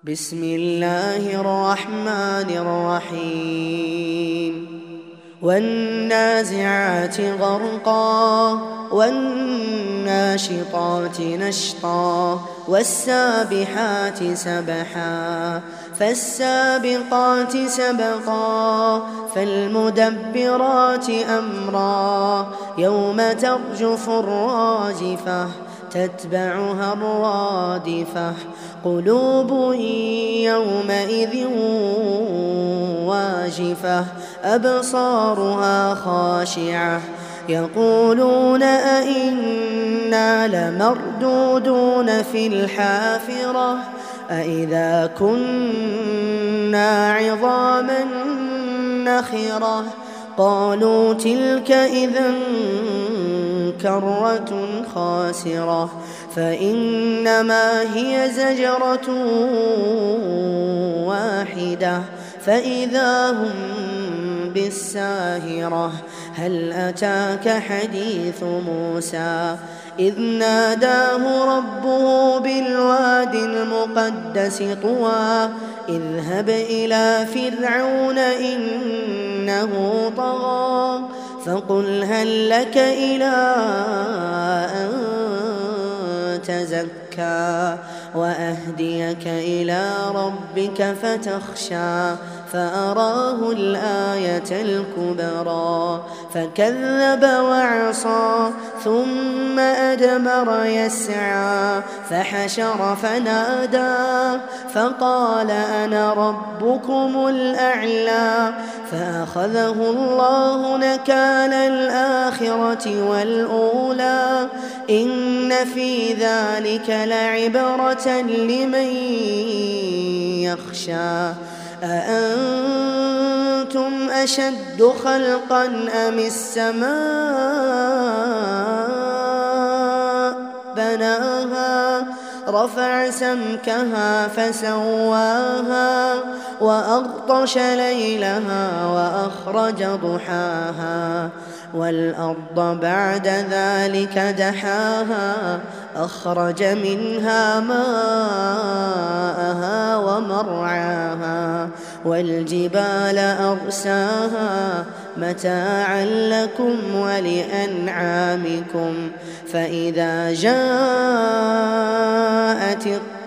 بسم الله الرحمن الرحيم والنازعات غرقا والناشطات نشطا والسابحات سبحا فالسابقات سبقا فالمدبرات أمرا يوم ترجف الراجفة تتبعها الرادفة قلوب يومئذ واجفة أبصارها خاشعة يقولون أئنا لمردودون في الحافرة أئذا كنا عظاما نخرة قالوا تلك إذا كرة خاسرة فإنما هي زجرة واحدة فإذا هم بالساهرة هل أتاك حديث موسى إذ ناداه ربه بالواد المقدس طوى اذهب إلى فرعون إنه طغى فقل هل لك إلى أن تزكى وأهديك إلى ربك فتخشى فأراه الآية الكبرى فكذب وعصى ثم أدبر يسعى فحشر فنادى فقال أنا ربكم الأعلى فأخذه الله نكال الآخرة والأولى إن في ذلك لعبرة لمن يخشى أأنتم أشد خلقا أم السماء بناها رفع سمكها فسواها وأغطش ليلها وأخرج ضحاها والأرض بعد ذلك دحاها أخرج منها ماءها ومرعاها والجبال أرساها متاعا لكم ولأنعامكم فإذا جاءت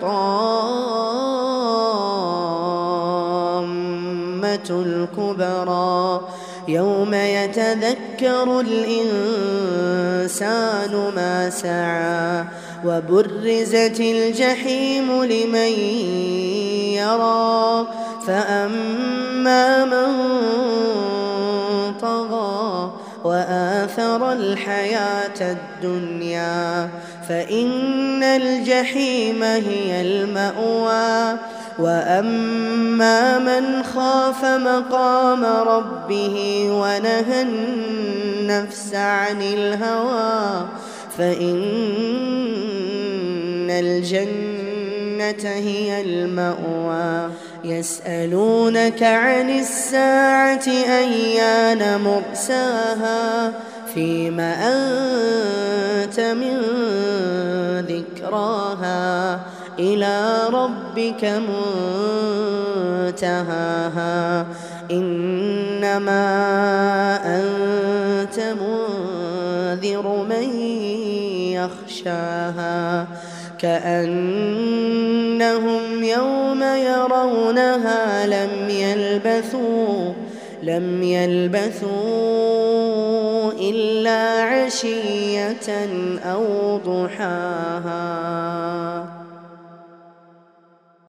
الطامة الكبرى يوم يتذكر الإنسان ما سعى وبرزت الجحيم لمن يرى فأما من طغى وآثر الحياة الدنيا فإن الجحيم هي المأوى وأما من خاف مقام ربه ونهى النفس عن الهوى فإن الجنة هي المأوى يسألونك عن الساعة أيان مرساها فيم أنت من ذكراها إلى ربك منتهاها إنما أنت منذر من يخشاها كأنهم يوم يرونها لم يلبثوا إلا عشية أو ضحاها.